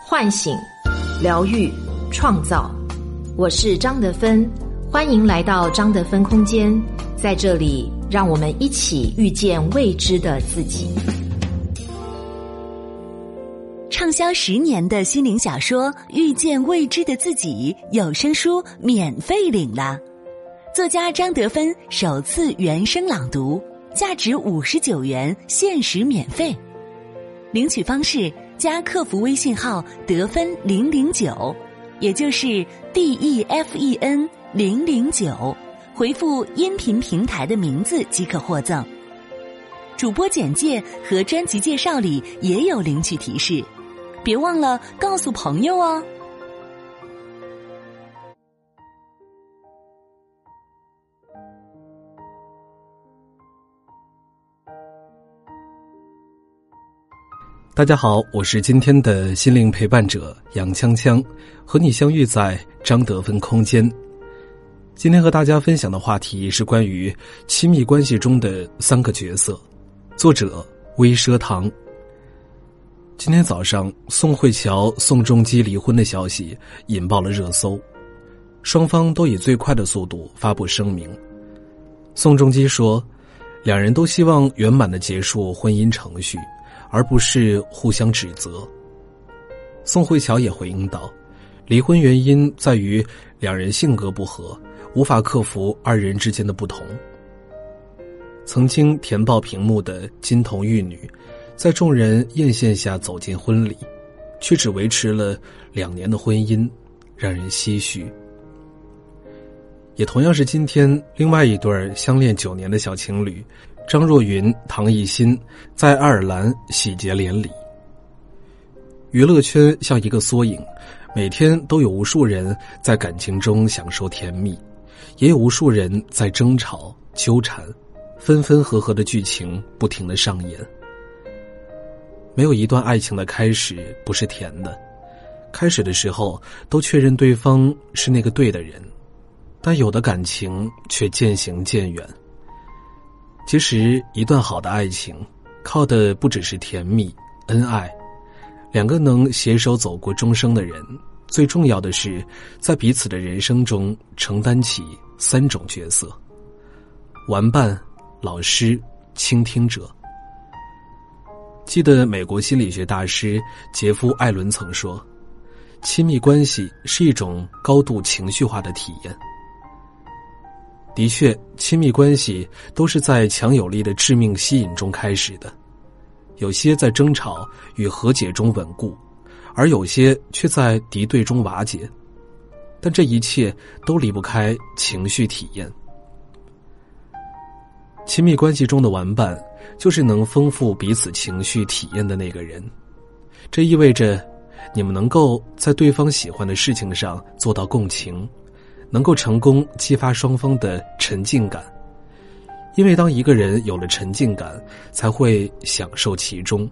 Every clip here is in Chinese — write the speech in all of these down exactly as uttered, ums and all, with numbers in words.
唤醒、疗愈、创造。我是张德芬，欢迎来到张德芬空间，在这里让我们一起遇见未知的自己。 畅销十年的心灵小说《遇见未知的自己》有声书免费领了，作家张德芬首次原声朗读，价值五十九元，限时免费。领取方式：加客服微信号得分零零九，也就是 D E F E N 零零九，回复音频平台的名字即可获赠。主播简介和专辑介绍里也有领取提示，别忘了告诉朋友哦。 大家好，我是今天的心灵陪伴者杨锵锵，和你相遇在张德芬空间。今天和大家分享的话题是关于亲密关系中的三个角色，作者微奢堂。今天早上，宋慧乔、宋仲基离婚的消息引爆了热搜，双方都以最快的速度发布声明。宋仲基说，两人都希望圆满地结束婚姻程序，而不是互相指责。宋慧乔也回应道，离婚原因在于两人性格不合，无法克服二人之间的不同。曾经填爆屏幕的金童玉女，在众人艳羡下走进婚礼，却只维持了两年的婚姻，让人唏嘘。也同样是今天，另外一对相恋九年的小情侣张若昀、唐艺昕在爱尔兰喜结连理。娱乐圈像一个缩影，每天都有无数人在感情中享受甜蜜，也有无数人在争吵、纠缠，分分合合的剧情不停地上演。没有一段爱情的开始不是甜的，开始的时候都确认对方是那个对的人，但有的感情却渐行渐远。其实一段好的爱情靠的不只是甜蜜恩爱，两个能携手走过终生的人，最重要的是在彼此的人生中承担起三种角色：玩伴、老师、倾听者。记得美国心理学大师杰夫·艾伦曾说，亲密关系是一种高度情绪化的体验。的确，亲密关系都是在强有力的致命吸引中开始的，有些在争吵与和解中稳固，而有些却在敌对中瓦解。但这一切都离不开情绪体验。亲密关系中的玩伴，就是能丰富彼此情绪体验的那个人。这意味着，你们能够在对方喜欢的事情上做到共情，能够成功激发双方的沉浸感。因为当一个人有了沉浸感，才会享受其中。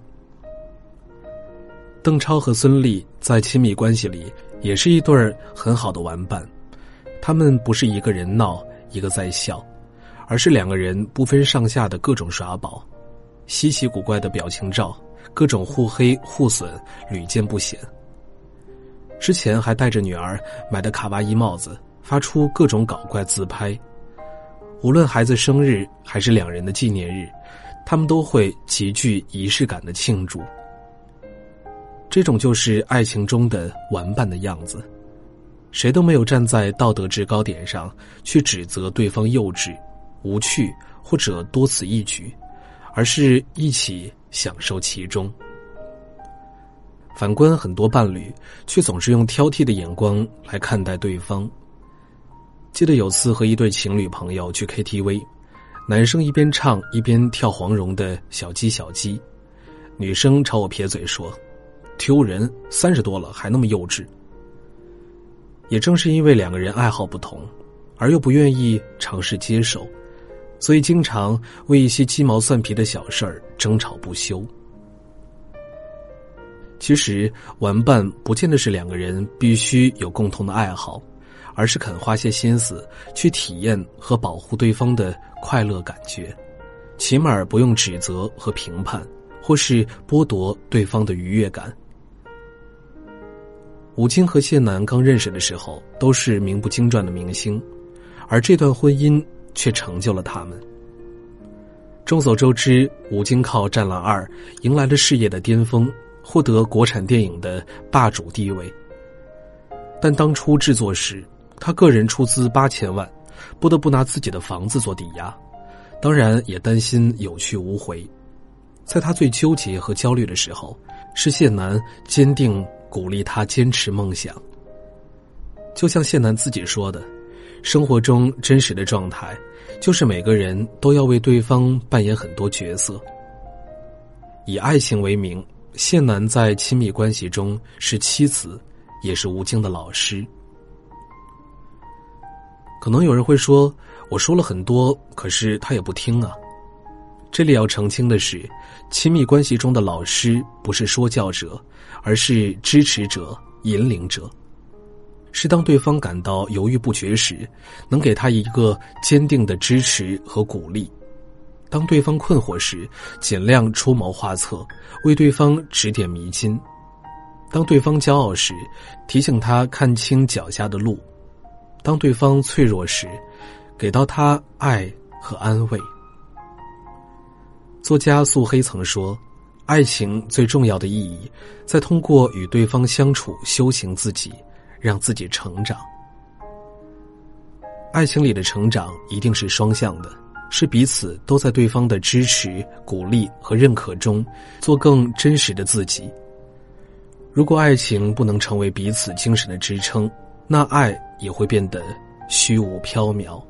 邓超和孙俪在亲密关系里也是一对很好的玩伴，他们不是一个人闹，一个在笑，而是两个人不分上下的各种耍宝，稀奇古怪的表情照，各种互黑互损，屡见不鲜。之前还带着女儿买的卡哇伊帽子，发出各种搞怪自拍。无论孩子生日还是两人的纪念日，他们都会极具仪式感的庆祝。这种就是爱情中的玩伴的样子，谁都没有站在道德制高点上去指责对方幼稚、无趣或者多此一举，而是一起享受其中。反观很多伴侣，却总是用挑剔的眼光来看待对方。记得有次和一对情侣朋友去 K T V， 男生一边唱一边跳黄蓉的小鸡小鸡，女生朝我撇嘴说，丢人，三十多了还那么幼稚。也正是因为两个人爱好不同，而又不愿意尝试接受，所以经常为一些鸡毛蒜皮的小事儿争吵不休。其实玩伴不见得是两个人必须有共同的爱好，而是肯花些心思去体验和保护对方的快乐感觉，起码不用指责和评判，或是剥夺对方的愉悦感。 吴京和谢楠刚认识的时候都是名不经传的明星，而这段婚姻却成就了他们。众所周知，吴京靠《战狼二》迎来了事业的巅峰，获得国产电影的霸主地位。但当初制作时，他个人出资八千万，不得不拿自己的房子做抵押，当然也担心有去无回。在他最纠结和焦虑的时候，是谢楠坚定鼓励他坚持梦想。就像谢楠自己说的，生活中真实的状态就是每个人都要为对方扮演很多角色。以爱情为名，谢楠在亲密关系中是妻子，也是吴京的老师。可能有人会说，我说了很多，可是他也不听啊。这里要澄清的是，亲密关系中的老师不是说教者，而是支持者、引领者。是当对方感到犹豫不决时，能给他一个坚定的支持和鼓励；当对方困惑时，尽量出谋划策，为对方指点迷津；当对方骄傲时，提醒他看清脚下的路；当对方脆弱时，给到他爱和安慰。作家素黑曾说，爱情最重要的意义，在通过与对方相处修行自己，让自己成长。爱情里的成长一定是双向的，是彼此都在对方的支持、鼓励和认可中做更真实的自己。如果爱情不能成为彼此精神的支撑，那爱也会变得虚无缥缈。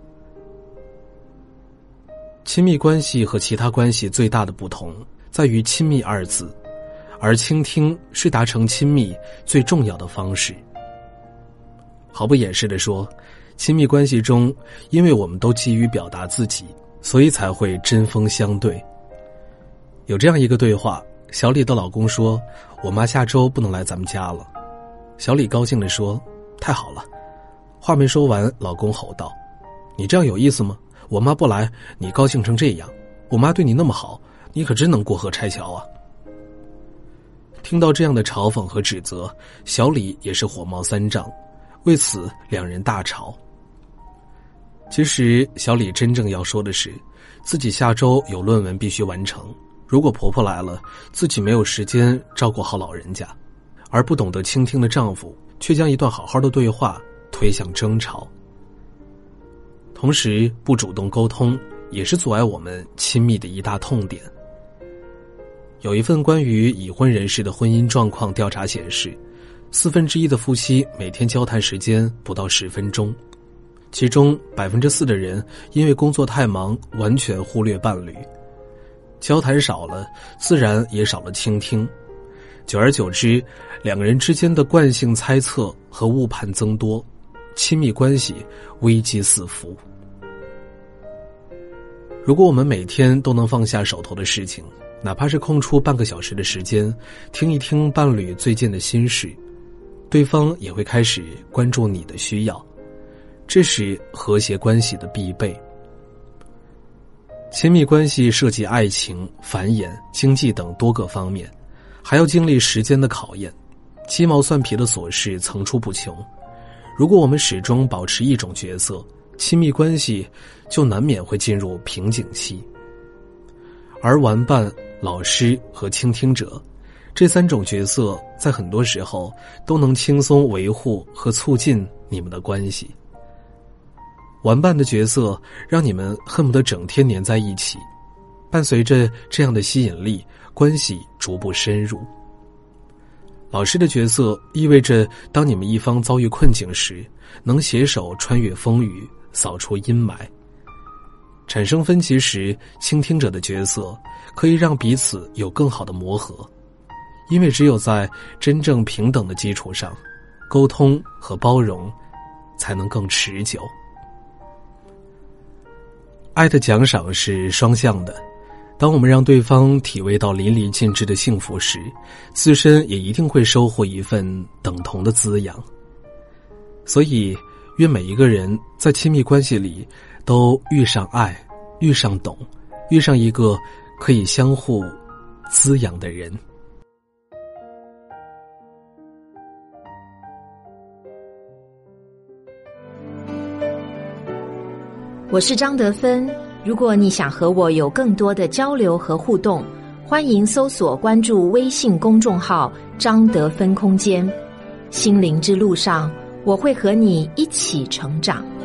亲密关系和其他关系最大的不同在于亲密二字，而倾听是达成亲密最重要的方式。毫不掩饰地说，亲密关系中，因为我们都急于表达自己，所以才会针锋相对。有这样一个对话，小李的老公说，我妈下周不能来咱们家了。小李高兴地说，太好了。话没说完，老公吼道，你这样有意思吗？我妈不来，你高兴成这样，我妈对你那么好，你可真能过河拆桥啊。听到这样的嘲讽和指责，小李也是火冒三丈，为此两人大吵。其实小李真正要说的是，自己下周有论文必须完成，如果婆婆来了，自己没有时间照顾好老人家，而不懂得倾听的丈夫却将一段好好的对话推向争吵。同时不主动沟通也是阻碍我们亲密的一大痛点。有一份关于已婚人士的婚姻状况调查显示，四分之一的夫妻每天交谈时间不到十分钟，其中百分之四的人因为工作太忙完全忽略伴侣。交谈少了，自然也少了倾听，久而久之，两个人之间的惯性猜测和误判增多，亲密关系危机四伏。如果我们每天都能放下手头的事情，哪怕是空出半个小时的时间，听一听伴侣最近的心事，对方也会开始关注你的需要，这是和谐关系的必备。亲密关系涉及爱情、繁衍、经济等多个方面，还要经历时间的考验，鸡毛蒜皮的琐事层出不穷。如果我们始终保持一种角色，亲密关系就难免会进入瓶颈期。而玩伴、老师和倾听者这三种角色，在很多时候都能轻松维护和促进你们的关系。玩伴的角色让你们恨不得整天黏在一起，伴随着这样的吸引力，关系逐步深入。老师的角色意味着当你们一方遭遇困境时，能携手穿越风雨，扫除阴霾。产生分歧时，倾听者的角色可以让彼此有更好的磨合，因为只有在真正平等的基础上，沟通和包容才能更持久。爱的奖赏是双向的，当我们让对方体味到淋漓尽致的幸福时，自身也一定会收获一份等同的滋养。所以愿每一个人在亲密关系里都遇上爱，遇上懂，遇上一个可以相互滋养的人。 我是张德芬。如果你想和我有更多的交流和互动，欢迎搜索关注微信公众号张德芬空间。心灵之路上，我会和你一起成长。